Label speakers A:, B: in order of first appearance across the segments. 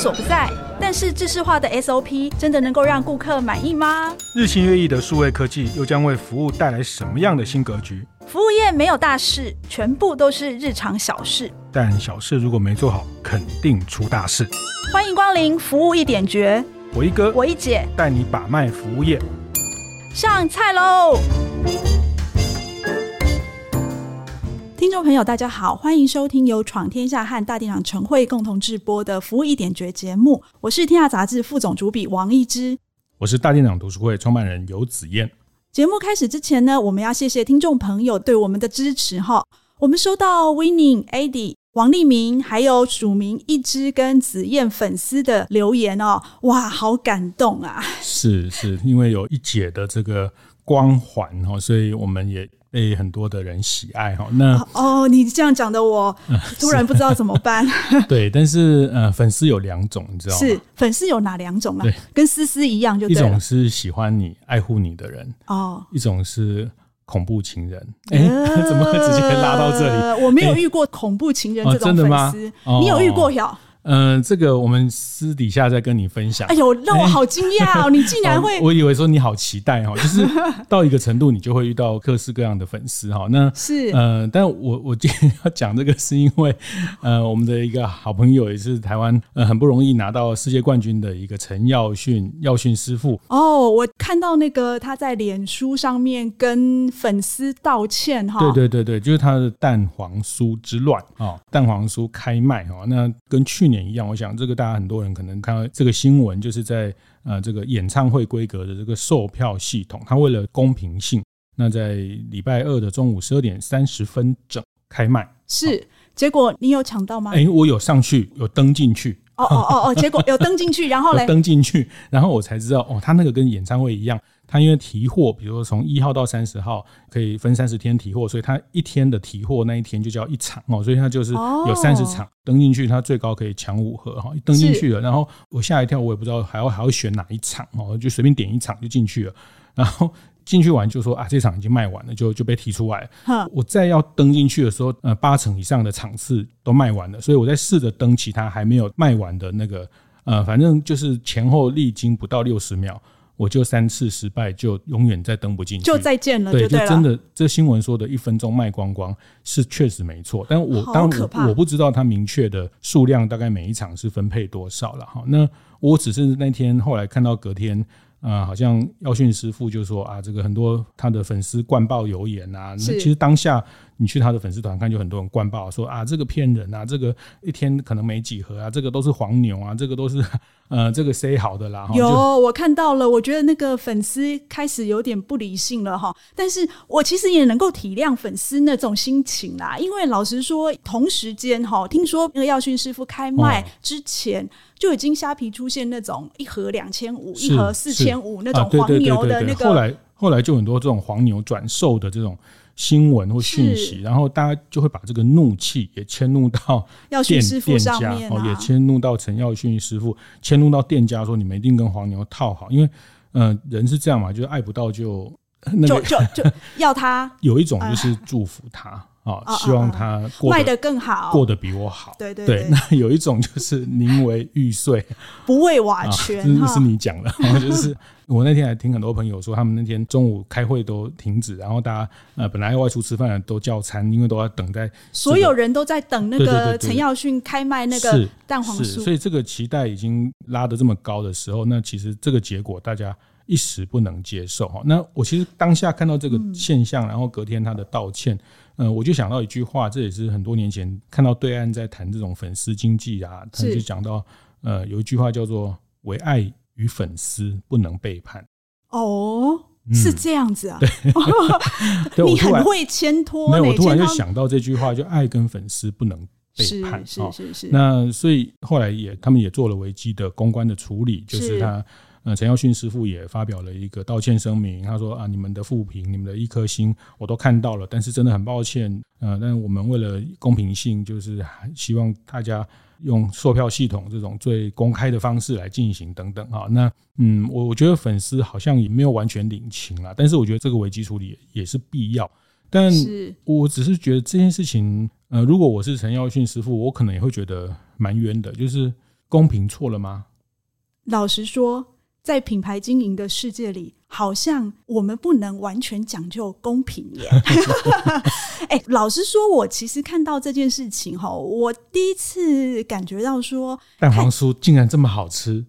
A: 所不在，但是制式化的 SOP 真的能够让顾客满意吗？
B: 日新月异的数位科技又将为服务带来什么样的新格局？
A: 服务业没有大事，全部都是日常小事，
B: 但小事如果没做好，肯定出大事。
A: 欢迎光临服务一点绝，
B: 我一哥，
A: 我一姐，
B: 带你把脉服务业。
A: 上菜喽！听众朋友大家好，欢迎收听由闯天下和大店长晨会共同制播的服务一点绝节目，我是天下杂志副总主笔王一之，
B: 我是大店长读书会创办人游子燕。
A: 节目开始之前呢，我们要谢谢听众朋友对我们的支持哈。我们收到 Winning、Eddie、王立明还有署名一之跟子燕粉丝的留言哦，哇，好感动啊！
B: 是因为有一姐的这个光环哦，所以我们也被很多的人喜爱哈。那
A: 你这样讲的我突然不知道怎么办。
B: 对，但是粉丝有两种，你知道吗？是
A: 粉丝有哪两种啊？跟思思一样就对了。
B: 一种是喜欢你、爱护你的人一种是恐怖情人。怎么会直接拉到这里？
A: 我没有遇过恐怖情人这种粉丝。真的吗？你有遇过哟？
B: 这个我们私底下再跟你分享。
A: 哎呦，让我好惊讶哦！你竟然会
B: 我以为说你好期待哈，就是到一个程度，你就会遇到各式各样的粉丝哈。那
A: 是
B: 但我今天要讲这个，是因为我们的一个好朋友，也是台湾很不容易拿到世界冠军的一个陈耀训师傅。
A: 我看到那个他在脸书上面跟粉丝道歉哈。
B: 对，就是他的蛋黄酥之乱蛋黄酥开卖那跟去年一样，我想这个大家很多人可能看到这个新闻，就是在这个演唱会规格的这个售票系统，它为了公平性，那在礼拜二的中午12点30分整开卖。
A: 是，结果你有抢到吗？
B: 我有上去，有登进去。
A: 结果有登进去，然后嘞？
B: 登进去，然后我才知道他那个跟演唱会一样，他因为提货，比如说从1号到30号可以分30天提货，所以他一天的提货那一天就叫一场所以他就是有30场登进去，他最高可以抢5盒登进去了，然后我吓一跳，我也不知道还要选哪一场就随便点一场就进去了，然后进去完就说这场已经卖完了，就被提出来了。我再要登进去的时候，80%以上的场次都卖完了，所以我在试着登其他还没有卖完的那个反正就是前后历经不到60秒，我就3次失败，就永远再登不进去，
A: 就再见了。对，
B: 就真的这新闻说的1分钟卖光光是确实没错，但我不知道它明确的数量大概每一场是分配多少了那我只是那天后来看到隔天好像耀训师傅就说这个很多他的粉丝灌爆留言那其实当下你去他的粉丝团看，就很多人灌爆说这个骗人这个一天可能没几盒这个都是黄牛这个都是这个 say 好的啦。
A: 我看到了，我觉得那个粉丝开始有点不理性了但是我其实也能够体谅粉丝那种心情啦，因为老实说同时间听说那个耀训师傅开卖之前就已经虾皮出现那种1盒2500一盒4500那种黄牛的那个
B: 后来就很多这种黄牛转售的这种新闻或讯息，然后大家就会把这个怒气也迁怒到
A: 耀训师傅上面
B: 也迁怒到陈耀训师傅，迁怒到店家，说你们一定跟黄牛套好，因为人是这样嘛，就是爱不到就
A: 要他
B: 有一种就是祝福他希望他
A: 卖得更好，
B: 过得比我好。
A: 对，
B: 那有一种就是宁为玉碎
A: 不为瓦全
B: 这是你讲的就是我那天还听很多朋友说，他们那天中午开会都停止，然后大家本来要外出吃饭的都叫餐，因为都要等在
A: 所有人都在等那个陈耀训开卖那个蛋黄酥，
B: 所以这个期待已经拉得这么高的时候，那其实这个结果大家一时不能接受那我其实当下看到这个现象然后隔天他的道歉我就想到一句话，这也是很多年前看到对岸在谈这种粉丝经济他就讲到有一句话叫做为爱与粉丝不能背叛
A: 是这样子
B: 对
A: 你很会牵拖
B: 没有，我突然就想到这句话，就爱跟粉丝不能背叛
A: 是
B: 那所以后来他们也做了危机的公关的处理，就是他陈耀训师傅也发表了一个道歉声明，他说你们的负评，你们的1颗星我都看到了，但是真的很抱歉但我们为了公平性，就是希望大家用售票系统这种最公开的方式来进行等等那我觉得粉丝好像也没有完全领情啦，但是我觉得这个危机处理也是必要，但我只是觉得这件事情如果我是陈耀训师傅，我可能也会觉得蛮冤的，就是公平错了吗？
A: 老实说，在品牌经营的世界里，好像我们不能完全讲究公平耶。老实说，我其实看到这件事情我第一次感觉到说
B: 蛋黄酥竟然这么好吃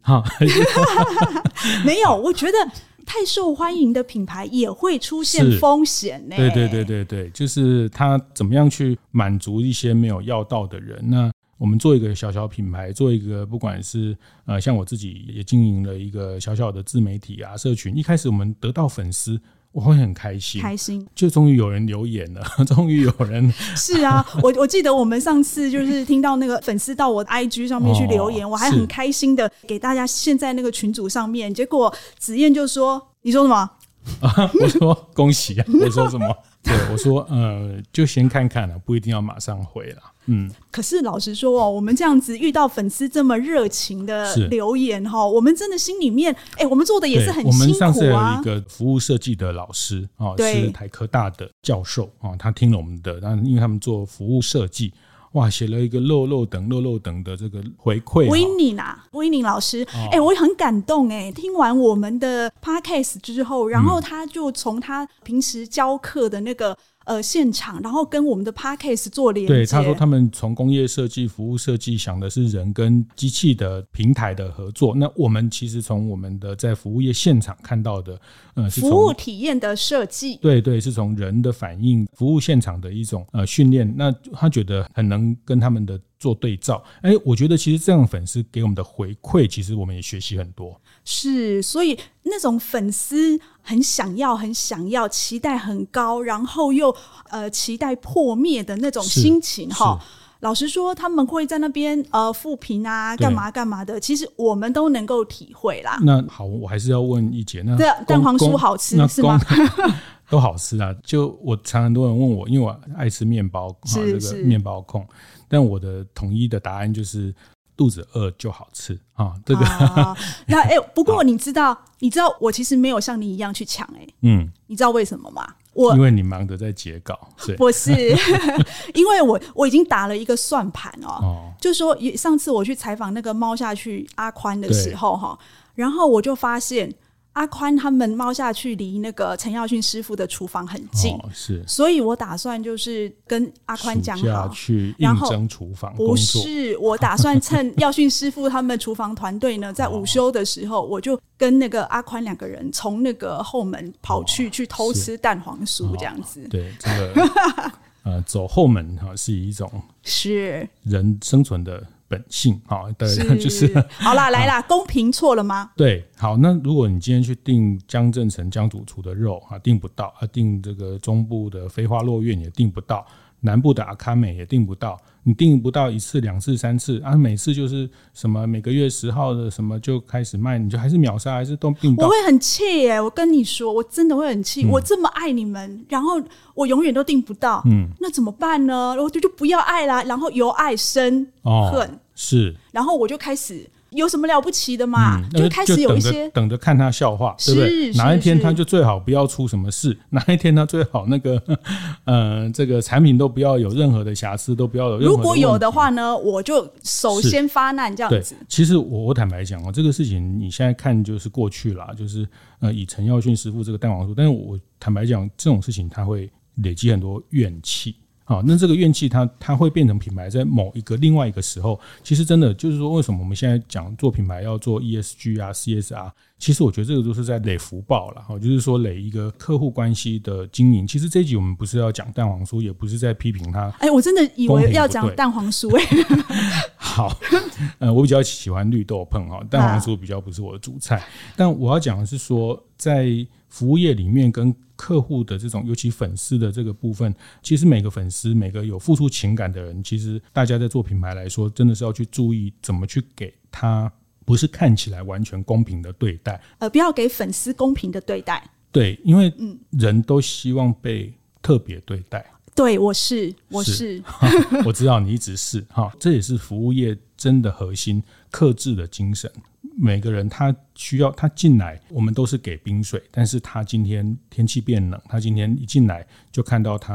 A: 没有，我觉得太受欢迎的品牌也会出现风险呢。
B: 对，就是他怎么样去满足一些没有要到的人。那我们做一个小小品牌，做一个不管是像我自己也经营了一个小小的自媒体啊社群，一开始我们得到粉丝，我会很开心，就终于有人留言了，终于有人
A: 是啊，我记得我们上次就是听到那个粉丝到我的 IG 上面去留言，我还很开心的给大家现在那个群组上面，结果子燕就说你说什么
B: 我说恭喜啊，我说什么对，我说就先看看不一定要马上回啦。
A: 可是老实说我们这样子遇到粉丝这么热情的留言我们真的心里面我们做的也是很辛苦啊。
B: 我们上次有一个服务设计的老师是台科大的教授他听了我们的，因为他们做服务设计，哇，写了一个漏漏等的这个回馈。威宁老师我很感动听完我们的 podcast 之后，然后他就从他平时教课的那个现场，然后跟我们的 podcast 做连接。对，他说他们从工业设计、服务设计想的是人跟机器的平台的合作。那我们其实从我们的在服务业现场看到的，是
A: 服务体验的设计。
B: 对，是从人的反应、服务现场的一种训练。那他觉得很能跟他们的做对照。我觉得其实这样粉丝给我们的回馈，其实我们也学习很多。
A: 是，所以那种粉丝很想要，期待很高，然后又期待破灭的那种心情老实说，他们会在那边负评啊，干嘛的，其实我们都能够体会啦。
B: 那好，我还是要问一姐，那
A: 蛋黄酥好吃是吗？
B: 都好吃啊！就我常很多人问我，因为我爱吃面包，这个面包控，但我的统一的答案就是肚子饿就好吃这个
A: 那不过你知道我其实没有像你一样去抢你知道为什么吗？
B: 因为你忙着在截稿。
A: 不是因为我已经打了一个算盘就是说上次我去采访那个猫下去阿宽的时候然后我就发现阿宽他们猫下去离那个陈耀训师傅的厨房很近
B: 是，
A: 所以我打算就是跟阿宽讲好
B: 去应征厨房工作。
A: 不是，我打算趁耀训师傅他们厨房团队呢在午休的时候我就跟那个阿宽两个人从那个后门跑去偷吃蛋黄酥这样子。
B: 对，这个走后门是一种
A: 是
B: 人生存的本性就是
A: 好啦，来啦，公平错了吗？
B: 对，好，那如果你今天去订江正成江主厨的肉订不到订这个中部的飞花落苑也订不到，南部的阿卡美也订不到，你订不到1次2次3次每次就是什么每个月10号的什么就开始卖，你就还是秒杀，还是都订不到。
A: 我会很气耶，我跟你说，我真的会很气我这么爱你们，然后我永远都订不到那怎么办呢？我就不要爱啦，然后由爱生恨
B: 是，然
A: 后我就开始有什么了不起的嘛就开始有一些
B: 等着看他笑话，对不对？哪一天他就最好不要出什么事，哪一天他最好那个这个产品都不要有任何的瑕疵，都不要有任何的问题。
A: 如果有的话呢，我就首先发难这样子。
B: 对，其实我坦白讲这个事情你现在看就是过去啦，就是以陈耀训师傅这个蛋黄酥，但是我坦白讲这种事情它会累积很多怨气。那这个怨气它会变成品牌在某一个另外一个时候，其实真的就是说为什么我们现在讲做品牌要做 ESG 啊 CSR， 其实我觉得这个都是在累福报啦，就是说累一个客户关系的经营。其实这一集我们不是要讲蛋黄酥，也不是在批评它
A: 我真的以为要讲蛋黄酥
B: 好我比较喜欢绿豆椪蛋黄酥比较不是我的主菜但我要讲的是说在服务业里面跟客户的这种尤其粉丝的这个部分，其实每个粉丝每个有付出情感的人，其实大家在做品牌来说真的是要去注意怎么去给他不是看起来完全公平的对待
A: 不要给粉丝公平的对待。
B: 对，因为人都希望被特别对待。
A: 对，我是我
B: 知道你一直是这也是服务业真的核心客制的精神。每个人他需要他进来，我们都是给冰水，但是他今天天气变冷，他今天一进来就看到他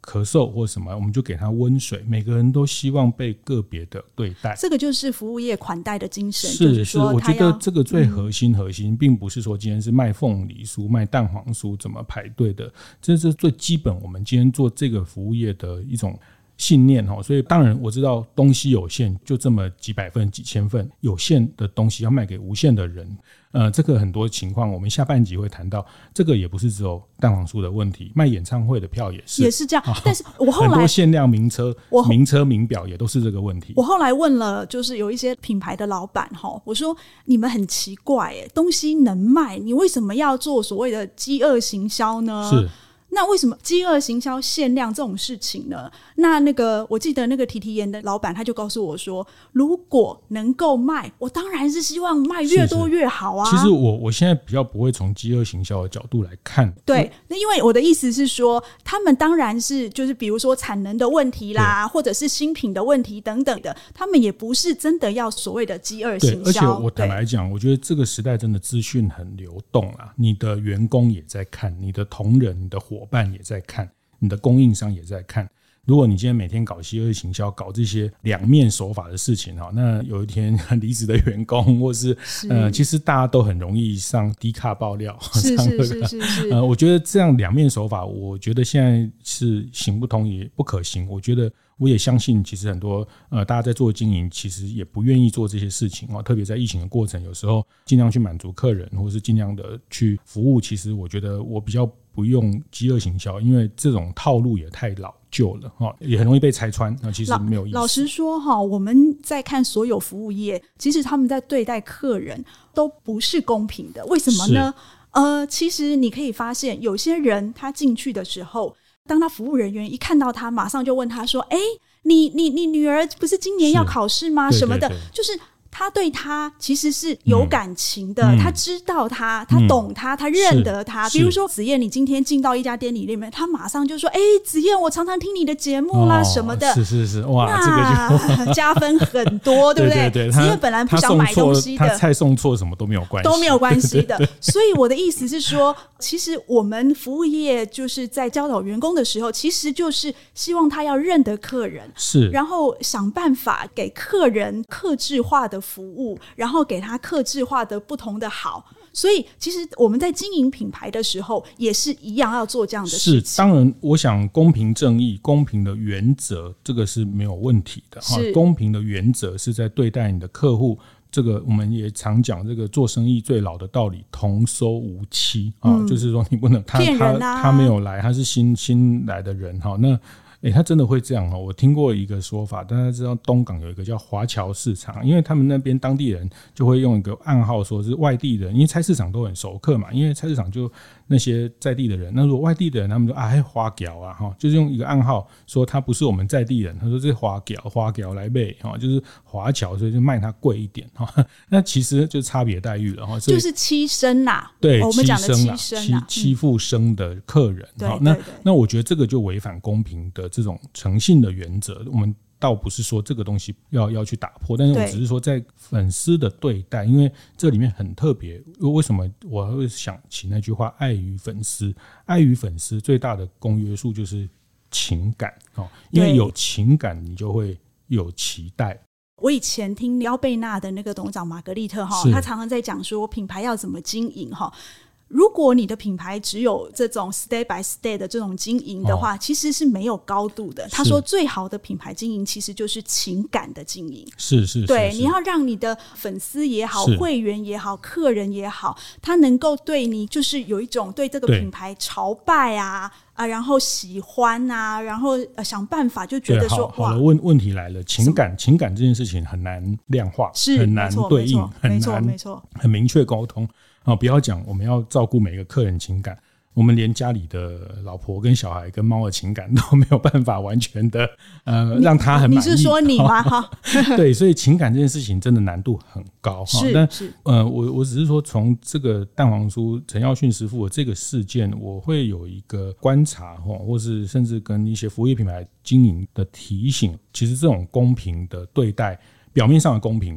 B: 咳嗽或什么，我们就给他温水，每个人都希望被个别的对待。
A: 这个就是服务业款待的精神。
B: 是，我觉得这个最核心并不是说今天是卖凤梨酥卖蛋黄酥怎么排队的，这是最基本我们今天做这个服务业的一种信念。所以当然我知道东西有限，就这么几百份几千份，有限的东西要卖给无限的人。这个很多情况我们下半集会谈到，这个也不是只有蛋黄酥的问题，卖演唱会的票也是
A: 这样。但是我后来
B: 很多限量名车名表也都是这个问题。
A: 我后来问了就是有一些品牌的老板，我说你们很奇怪耶，东西能卖你为什么要做所谓的饥饿行销呢？
B: 是，
A: 那为什么饥饿行销限量这种事情呢？那个我记得那个提提研的老板他就告诉我说，如果能够卖，我当然是希望卖越多越好啊。
B: 其实我现在比较不会从饥饿行销的角度来看。
A: 对，那因为我的意思是说，他们当然是就是比如说产能的问题啦，或者是新品的问题等等的，他们也不是真的要所谓的饥饿行销。
B: 而且我坦白讲，我觉得这个时代真的资讯很流动啦，你的员工也在看，你的同仁你的伙伴也在看，你的供应商也在看。如果你今天每天搞饥饿行销，搞这些两面手法的事情，那有一天离职的员工或是其实大家都很容易上低卡爆料。
A: 是
B: 我觉得这样两面手法，我觉得现在是行不通也不可行。我觉得我也相信其实很多大家在做经营其实也不愿意做这些事情，特别在疫情的过程，有时候尽量去满足客人或是尽量的去服务。其实我觉得我比较不用饥饿行销，因为这种套路也太老旧了，也很容易被拆穿，其实没有意思。
A: 老实说我们在看所有服务业，其实他们在对待客人都不是公平的。为什么呢？其实你可以发现有些人他进去的时候，当他服务人员一看到他，马上就问他说，你女儿不是今年要考试吗？什么的，就是他对他其实是有感情的，他知道他懂他，他认得他。比如说子燕，你今天进到一家店里面，他马上就说子燕，我常常听你的节目啦，什么的。
B: 是哇，这个就
A: 加分很多对不对？
B: 对，
A: 子燕本来不想买东西的，
B: 他菜送错什么都没有关
A: 系的。所以我的意思是说，其实我们服务业就是在教导员工的时候，其实就是希望他要认得客人，
B: 是，
A: 然后想办法给客人客制化的服务，然后给他客制化的不同的好。所以其实我们在经营品牌的时候也是一样要做这样的事情。
B: 是，当然我想公平正义公平的原则这个是没有问题的。公平的原则是在对待你的客户，这个我们也常讲这个做生意最老的道理，同收无欺。就是说你不能他没有来，他是新来的人，那他真的会这样。我听过一个说法，大家知道东港有一个叫华侨市场，因为他们那边当地人就会用一个暗号说是外地人，因为菜市场都很熟客嘛，因为菜市场就那些在地的人，那如果外地的人他们说华侨啊，就是用一个暗号说他不是我们在地人，他说这是华侨来卖，就是华侨，所以就卖他贵一点。那其实就是差别待遇了，
A: 就是欺生啦。对，我们讲的欺生啦，
B: 欺负生的客人。那我觉得这个就违反公平的这种诚信的原则。我们倒不是说这个东西要去打破，但是我只是说在粉丝的对待，因为这里面很特别。为什么我会想起那句话爱与粉丝？爱与粉丝最大的公约数就是情感，因为有情感你就会有期待。
A: 我以前听廖贝娜的那个董事长玛格丽特，他常常在讲说品牌要怎么经营。如果你的品牌只有这种 stay by stay 的这种经营的话，其实是没有高度的。他说最好的品牌经营其实就是情感的经营。
B: 是
A: 对，你要让你的粉丝也好，会员也好，客人也好，他能够对你就是有一种对这个品牌朝拜啊，然后喜欢啊，然后想办法就觉得说
B: 好了，问题来了，情感这件事情很难量化，很难对应，很难很明确沟通。不要讲我们要照顾每个客人情感，我们连家里的老婆跟小孩跟猫的情感都没有办法完全的让他很满意。
A: 你是说你吗？
B: 对，所以情感这件事情真的难度很高。但我只是说从这个蛋黄酥陈耀训师傅的这个事件，我会有一个观察，或是甚至跟一些服务业品牌经营的提醒。其实这种公平的对待，表面上的公平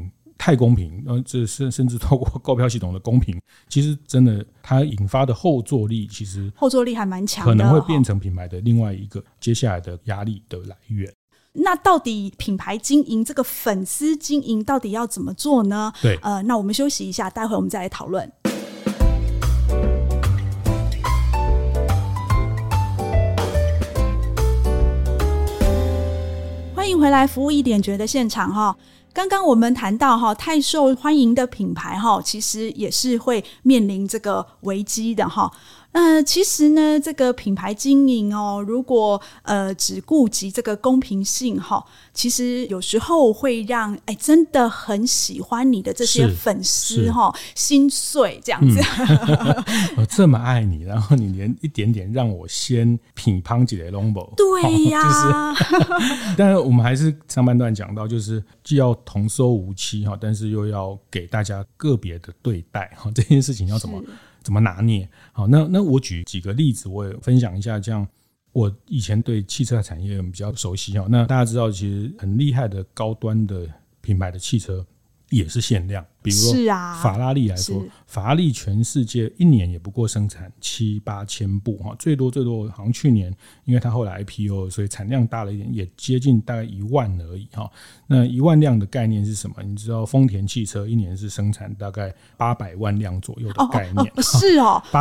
B: 太公平，这甚至透过购票系统的公平，其实真的它引发的后坐力，其实
A: 后坐力还蛮强的，
B: 可能会变成品牌的另外一个接下来的压力的来源。
A: 那到底品牌经营这个粉丝经营到底要怎么做呢？
B: 对，
A: 那我们休息一下，待会我们再来讨论。欢迎回来服务一点觉的现场哈。刚刚我们谈到太受欢迎的品牌其实也是会面临这个危机的哈。其实呢，这个品牌经营如果只顾及这个公平性其实有时候会让真的很喜欢你的这些粉丝心碎这样子。
B: 我这么爱你，然后你连一点点让我先品乓几个都没有。
A: 对呀，
B: 但是我们还是上半段讲到，就是既要童叟无欺但是又要给大家个别的对待这件事情要怎么拿捏。好，那我举几个例子，我也分享一下。这样，我以前对汽车产业比较熟悉那大家知道，其实很厉害的高端的品牌的汽车也是限量。比如说法拉利来说，法拉利全世界一年也不过生产7-8千部最多好像去年因为它后来 IPO， 所以产量大了一点，也接近大概1万而已那1万辆的概念是什么？你知道丰田汽车一年是生产大概800万辆左右的概念。
A: 是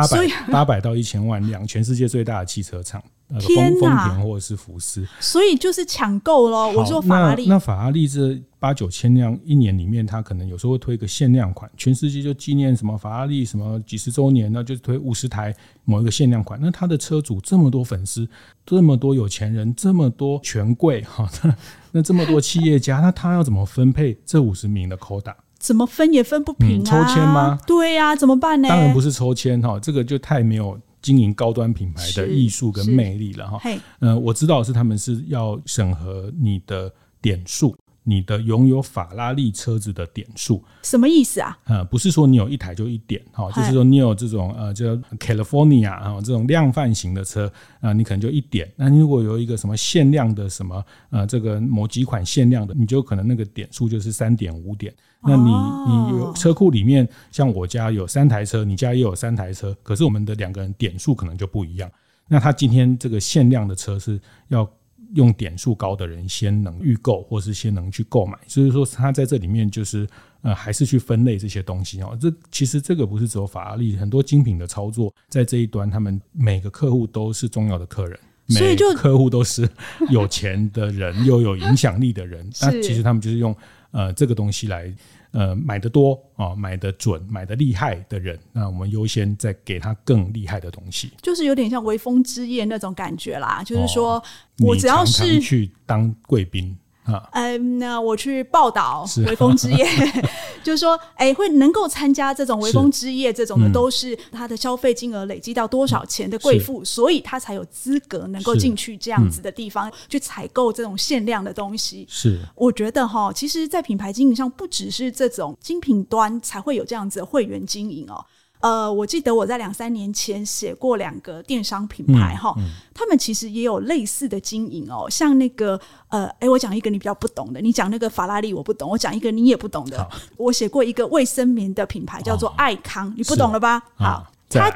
B: 800到1000万辆，全世界最大的汽车厂丰田或者是福斯，
A: 所以就是抢购咯。我说法拉利，
B: 那法拉利这8-9千辆一年里面，它可能有时候会推个限量款，全世界就纪念什么法拉利什么几十周年，那就推50台某一个限量款。那他的车主这么多粉丝，这么多有钱人，这么多权贵那这么多企业家，那他要怎么分配这50名的 quota？
A: 怎么分也分不平
B: 抽签吗？
A: 对啊，怎么办呢？
B: 当然不是抽签这个就太没有经营高端品牌的艺术跟魅力了我知道是他们是要审核你的点数，你的拥有法拉利车子的点数。
A: 什么意思啊？
B: 不是说你有一台就一点就是说你有这种叫 California 这种量贩型的车你可能就一点。那你如果有一个什么限量的什么这个某几款限量的，你就可能那个点数就是3点5点。那你有车库里面，像我家有3台车，你家也有3台车，可是我们的2个人点数可能就不一样。那他今天这个限量的车是要用点数高的人先能预购，或是先能去购买，所以说他在这里面就是还是去分类这些东西其实这个不是只有法拉利，很多精品的操作在这一端，他们每个客户都是重要的客人，每个客户都是有钱的人又有影响力的人那其实他们就是用这个东西来买得多买得准买得厉害的人，那我们优先再给他更厉害的东西，
A: 就是有点像微风之夜那种感觉啦。就是说我只要是
B: 你常常去当贵宾
A: 那我去报道微风之夜就是说会能够参加这种微风之夜这种的都是他的消费金额累积到多少钱的贵妇，所以他才有资格能够进去这样子的地方去采购这种限量的东西。
B: 是
A: 我觉得其实在品牌经营上不只是这种精品端才会有这样子的会员经营我记得我在2-3年前写过2个电商品牌他们其实也有类似的经营像那个我讲一个你比较不懂的，你讲那个法拉利我不懂，我讲一个你也不懂的。我写过一个卫生棉的品牌叫做爱康你不懂了吧？好，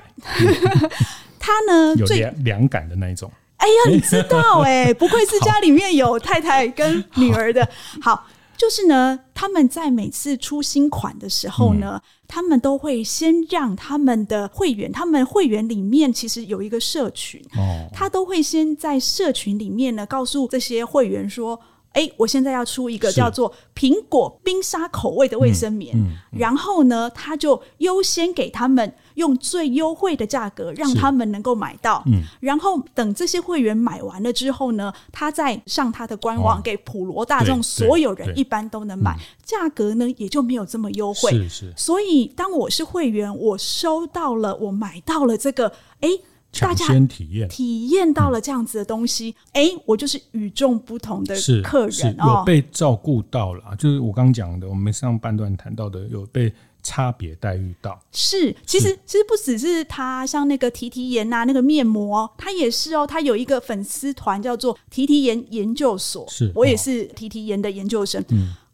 A: 他呢
B: 有凉感的那一种。
A: 哎呀，你知道不愧是家里面有太太跟女儿的。好，就是呢他们在每次出新款的时候呢他们都会先让他们的会员，他们会员里面其实有一个社群他都会先在社群里面呢告诉这些会员说我现在要出一个叫做苹果冰沙口味的卫生棉然后呢他就优先给他们用最优惠的价格让他们能够买到然后等这些会员买完了之后呢他再上他的官网给普罗大众所有人一般都能买价格呢也就没有这么优惠所以当我是会员我收到了我买到了这个
B: 抢先体
A: 验到了这样子的东西我就是与众不同的客人
B: 是有被照顾到了就是我刚讲的我们上半段谈到的有被差别待遇到
A: 是其实不只是他像那个提提颜那个面膜他也是他有一个粉丝团叫做提提颜研究所我也是提提颜的研究生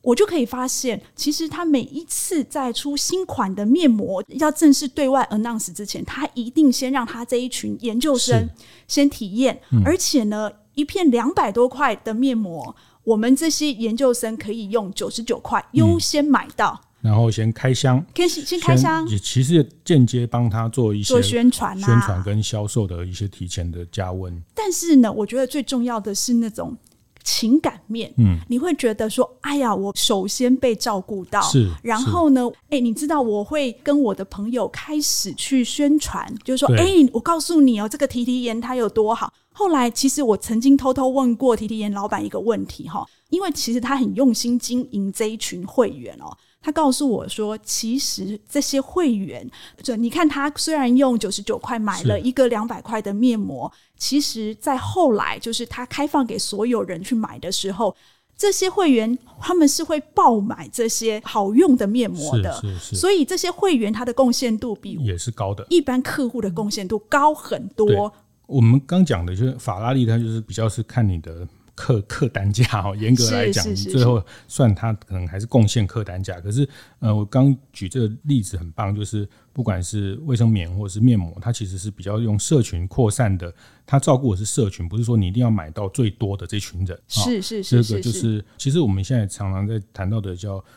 A: 我就可以发现，其实他每一次在出新款的面膜要正式对外 announce 之前，他一定先让他这一群研究生先体验，而且呢，一片200多块的面膜，我们这些研究生可以用99块优先买到。
B: 然后先开箱，
A: 先开箱，
B: 也其实间接帮他做一些
A: 宣传
B: 跟销售的一些提前的加温。
A: 但是呢，我觉得最重要的是那种情感面，你会觉得说，哎呀，我首先被照顾到，然后呢，你知道我会跟我的朋友开始去宣传，就是说，我告诉你哦，这个提提研它有多好。后来其实我曾经偷偷问过提提研老板一个问题哈，因为其实他很用心经营这一群会员哦。他告诉我说，其实这些会员，就你看他虽然用99块买了一个200块的面膜，其实在后来就是他开放给所有人去买的时候，这些会员他们是会爆买这些好用的面膜的，所以这些会员他的贡献度比
B: 也是高的，
A: 一般客户的贡献度高很多。
B: 我们刚讲的就是法拉利，它就是比较是看你的客单价严格来讲，你最后算它可能还是贡献客单价。可是我刚举这个例子很棒，就是不管是卫生棉或者是面膜，它其实是比较用社群扩散的，它照顾的是社群，不是说你一定要买到最多的这群人。
A: 是
B: 这个就是其实我们现在常常在谈到的叫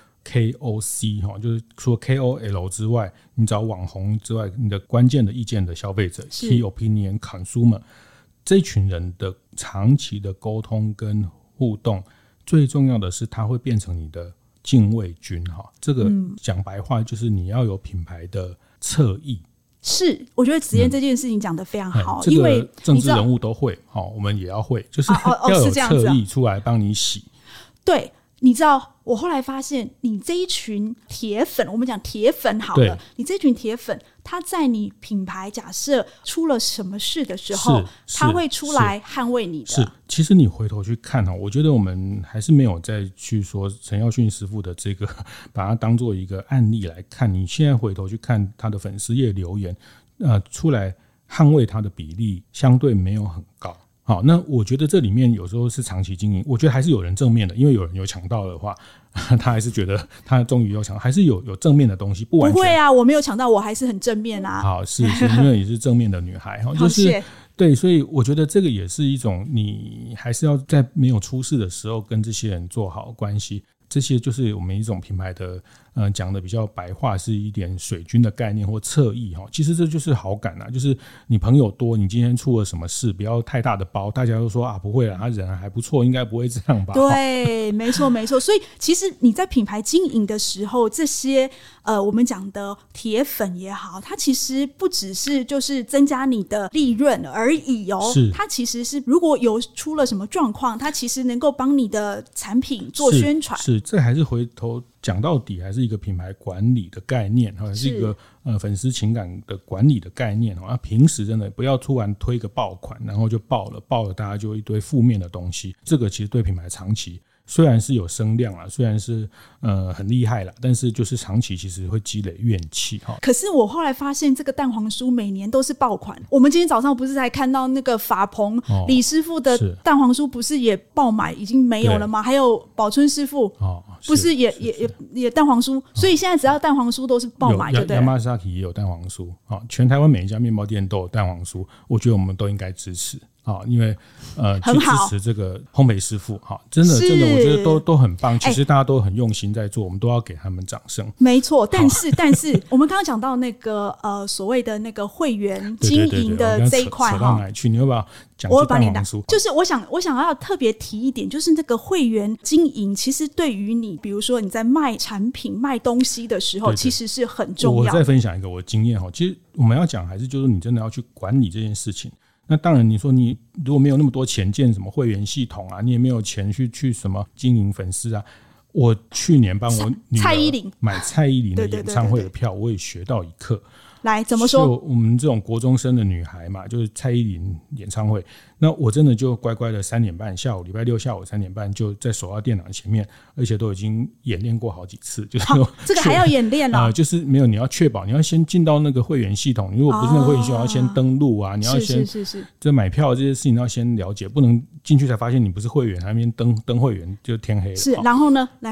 B: KOC， 就是除了 KOL 之外，你找网红之外，你的关键的意见的消费者 Key Opinion Consumer， 这一群人的长期的沟通跟互动，最重要的是它会变成你的禁卫军。这个讲白话就是你要有品牌的侧翼。是，
A: 我觉得子燕这件事情讲得非常好，
B: 因为政治人物都会，我们也要会，就是要有侧翼出来帮你洗。
A: 对，你知道我后来发现，你这一群铁粉，我们讲铁粉好了，你这群铁粉，他在你品牌假设出了什么事的时候，他会出来捍卫你的。
B: 是，其实你回头去看，我觉得我们还是没有再去说陈耀训师傅的这个，把它当做一个案例来看。你现在回头去看他的粉丝页留言，出来捍卫他的比例相对没有很高。好，那我觉得这里面有时候是长期经营，我觉得还是有人正面的，因为有人有抢到的话，他还是觉得他终于有抢，还是有正面的东西，不完全。
A: 不会啊，我没有抢到，我还是很正面啊。
B: 好，是因为你是正面的女孩，就是对，所以我觉得这个也是一种，你还是要在没有出事的时候跟这些人做好关系。这些就是我们一种品牌的讲的比较白话，是一点水军的概念或侧翼。其实这就是好感啊，就是你朋友多，你今天出了什么事，不要太大的包，大家都说啊不会啦，他人还不错，应该不会这样吧。
A: 对，没错没错。所以其实你在品牌经营的时候，这些我们讲的铁粉也好，它其实不只是就是增加你的利润而已哦，它其实是如果有出了什么状况，它其实能够帮你的产品做宣传。
B: 是，这还是回头讲到底还是一个品牌管理的概念，还是一个粉丝情感的管理的概念。平时真的不要突然推个爆款，然后就爆了大家就一堆负面的东西，这个其实对品牌长期虽然是有声量啦，虽然是很厉害啦，但是就是长期其实会积累怨气。
A: 可是我后来发现这个蛋黄酥每年都是爆款，我们今天早上不是才看到那个法鹏李师傅的蛋黄酥不是也爆买已经没有了吗？还有宝春师傅不是也蛋黄酥，所以现在只要蛋黄酥都是爆买，对不对
B: ？Yamasaki 也有蛋黄酥，全台湾每一家面包店都有蛋黄酥，我觉得我们都应该支持。因为去支持这个烘焙师傅，真的我觉得都很棒。其实大家都很用心在做，我们都要给他们掌声。
A: 没错，但是我们刚刚讲到那个所谓的那个会员经营的这一块，
B: 扯到哪里去？你要不要讲去蛋黄酥？
A: 就是我想要特别提一点，就是那个会员经营，其实对于你，比如说你在卖产品、卖东西的时候，其实是很重要的。
B: 我再分享一个我的经验，其实我们要讲还是就是你真的要去管理这件事情。那当然，你说你如果没有那么多钱建什么会员系统啊，你也没有钱去什么经营粉丝啊。我去年帮我女儿买蔡依林的演唱会的票，我也学到一课。
A: 来，怎么说？
B: 就我们这种国中生的女孩嘛，就是蔡依林演唱会，那我真的就乖乖的3点半，礼拜六下午3点半就在手到电脑前面，而且都已经演练过好几次，就是
A: 这个还要演练哦。
B: 就是没有，你要确保你要先进到那个会员系统，如果不是那个会员系统，要先登录啊，你要先
A: 是
B: 这买票这些事情要先了解，不能进去才发现你不是会员，还没登会员就天黑了。
A: 是，然后呢，来。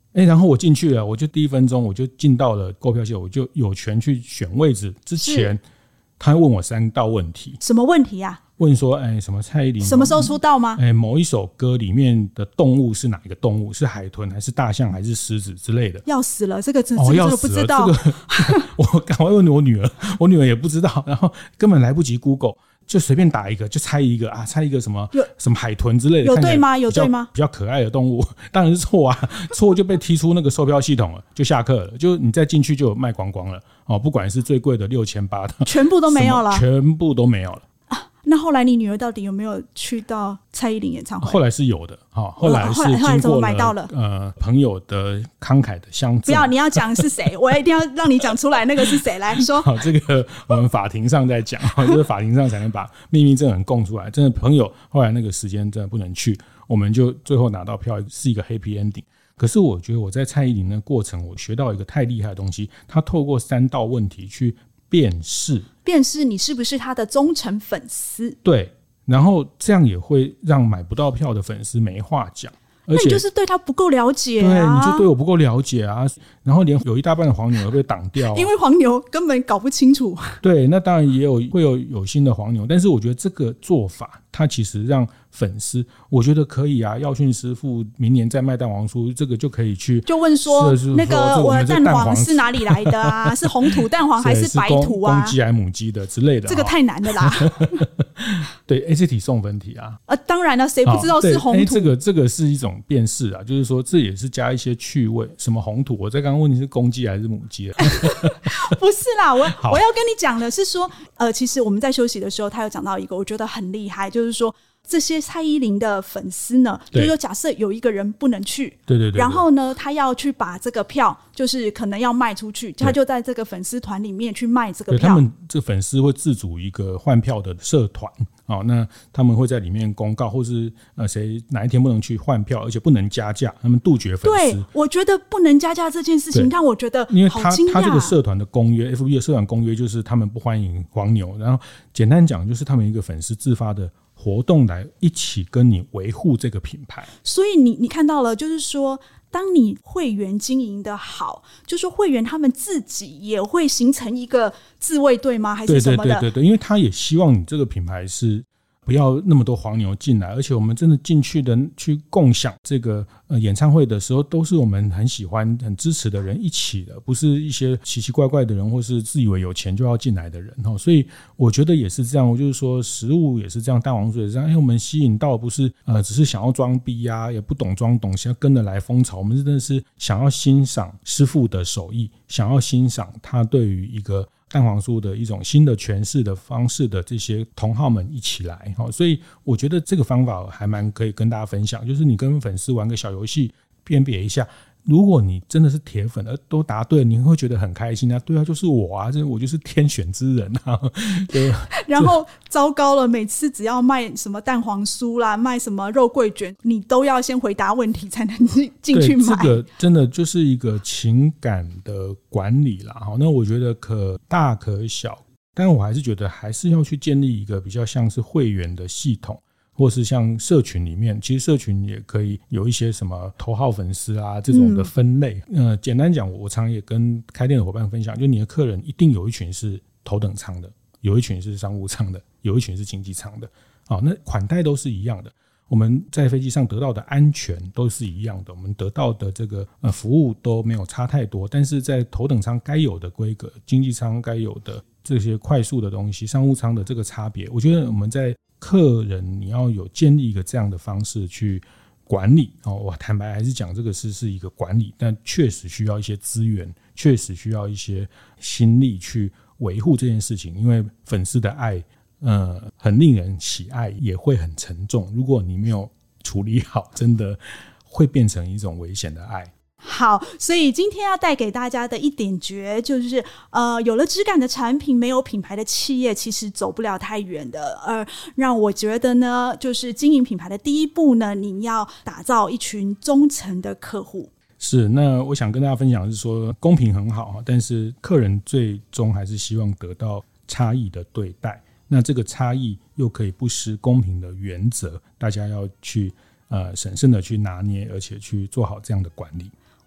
B: 然后我进去了，我就第1分钟我就进到了购票系统，我就有权去选位置。之前他问我3道问题。
A: 什么问题啊？
B: 问说什么蔡依林
A: 什么时候出道吗？
B: 某一首歌里面的动物是哪一个动物？是海豚还是大象还是狮子之类的？
A: 要死了，这个真的不知道。
B: 我赶快问我女儿，我女儿也不知道，然后根本来不及 Google， 就随便打一个，就猜一个啊，猜一个什么海豚之类的，
A: 有对吗？有对吗？
B: 比较可爱的动物，当然是错啊，错就被踢出那个售票系统了，就下课了，就你再进去就有卖光光了不管是最贵的6800的，
A: 全部都没有了，
B: 全部都没有了。
A: 那后来你女儿到底有没有去到蔡依林演唱会？
B: 后来是有的，后来是经过了朋友的慷慨的相赠。
A: 不要，你要讲是谁，我一定要让你讲出来，那个是谁？来说。
B: 好，这个我们法庭上在讲，就是法庭上才能把秘密证人供出来。真的朋友后来那个时间真的不能去，我们就最后拿到票是一个 happy ending。可是我觉得我在蔡依林的过程，我学到一个太厉害的东西，他透过3道问题去辨识你是不是他的忠诚粉丝，对，然后这样也会让买不到票的粉丝没话讲。
A: 那你就是对他不够了解啊，
B: 对，你就对我不够了解啊，然后连有一大半的黄牛被挡掉因
A: 为黄牛根本搞不清楚。
B: 对，那当然也会有新的黄牛，但是我觉得这个做法它其实让粉丝，我觉得可以啊，耀训师傅明年再卖蛋黄酥，这个就可以去
A: 就问说那个我的蛋黄是哪里来的啊？是红土蛋黄还是白土啊？
B: 公鸡还是母鸡的之类的，
A: 这个太难的啦。
B: 对，这题送分题啊。
A: 当然了，谁不知道是红土？
B: 这个是一种辨识啊，就是说这也是加一些趣味。什么红土？我在刚刚问你是公鸡还是母鸡
A: 不是啦，我要跟你讲的是说，其实我们在休息的时候，他有讲到一个我觉得很厉害，就是说这些蔡依林的粉丝呢，就是说假设有一个人不能去，对，然后呢，他要去把这个票，就是可能要卖出去，他就在这个粉丝团里面去卖这个票。
B: 他们这粉丝会自组一个换票的社团。那他们会在里面公告，或是谁哪一天不能去换票，而且不能加价，他们杜绝粉丝。
A: 对，我觉得不能加价这件事情让我觉得好惊讶，
B: 因为他这个社团的公约 FB 的社团公约就是他们不欢迎黄牛，然后简单讲就是他们一个粉丝自发的活动来一起跟你维护这个品牌。
A: 所以你看到了，就是说当你会员经营的好，就是说会员他们自己也会形成一个自卫队吗？还是什么的？
B: 对，因为他也希望你这个品牌是不要那么多黄牛进来，而且我们真的进去的去共享这个演唱会的时候，都是我们很喜欢很支持的人一起的，不是一些奇奇怪怪的人或是自以为有钱就要进来的人。所以我觉得也是这样，我就是说食物也是这样，蛋黄酥也是这样。我们吸引到不是只是想要装逼啊，也不懂装懂，想要跟着来风潮，我们真的是想要欣赏师傅的手艺，想要欣赏他对于一个蛋黄酥的一种新的诠释的方式的这些同好们一起来。所以我觉得这个方法还蛮可以跟大家分享，就是你跟粉丝玩个小游戏，辨别一下，如果你真的是铁粉而都答对了，你会觉得很开心啊。对啊，就是我啊，我就是天选之人啊。对。
A: 然后糟糕了，每次只要卖什么蛋黄酥啦，卖什么肉桂卷，你都要先回答问题才能进去买。
B: 这个真的就是一个情感的管理啦。那我觉得可大可小，但我还是觉得还是要去建立一个比较像是会员的系统，或是像社群里面，其实社群也可以有一些什么头号粉丝啊这种的分类。简单讲，我常也跟开店的伙伴分享，就你的客人一定有一群是头等舱的，有一群是商务舱的，有一群是经济舱的。那款待都是一样的，我们在飞机上得到的安全都是一样的，我们得到的这个服务都没有差太多，但是在头等舱该有的规格，经济舱该有的这些快速的东西，商务舱的这个差别，我觉得我们在客人你要有建立一个这样的方式去管理。我坦白还是讲这个是一个管理，但确实需要一些资源，确实需要一些心力去维护这件事情，因为粉丝的爱很令人喜爱，也会很沉重，如果你没有处理好，真的会变成一种危险的爱。
A: 好，所以今天要带给大家的一点诀就是有了质感的产品，没有品牌的企业其实走不了太远的。让我觉得呢，就是经营品牌的第一步呢，你要打造一群忠诚的客户。
B: 是，那我想跟大家分享的是说，公平很好，但是客人最终还是希望得到差异的对待，那这个差异又可以不失公平的原则，大家要去审慎的去拿捏，而且去做好这样的管理。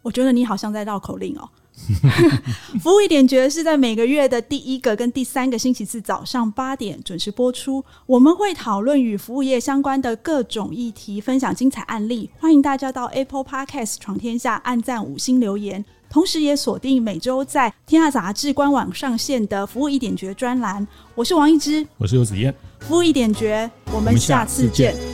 A: 我觉得你好像在绕口令哦。服务一点绝是在每个月的第1个跟第3个星期四早上8点准时播出，我们会讨论与服务业相关的各种议题，分享精彩案例，欢迎大家到 Apple Podcast 闯天下按赞5星留言，同时也锁定每周在天下杂志官网上线的服务一点绝专栏。我是王一之，
B: 我是游子燕，
A: 服务一点绝，我们下次见。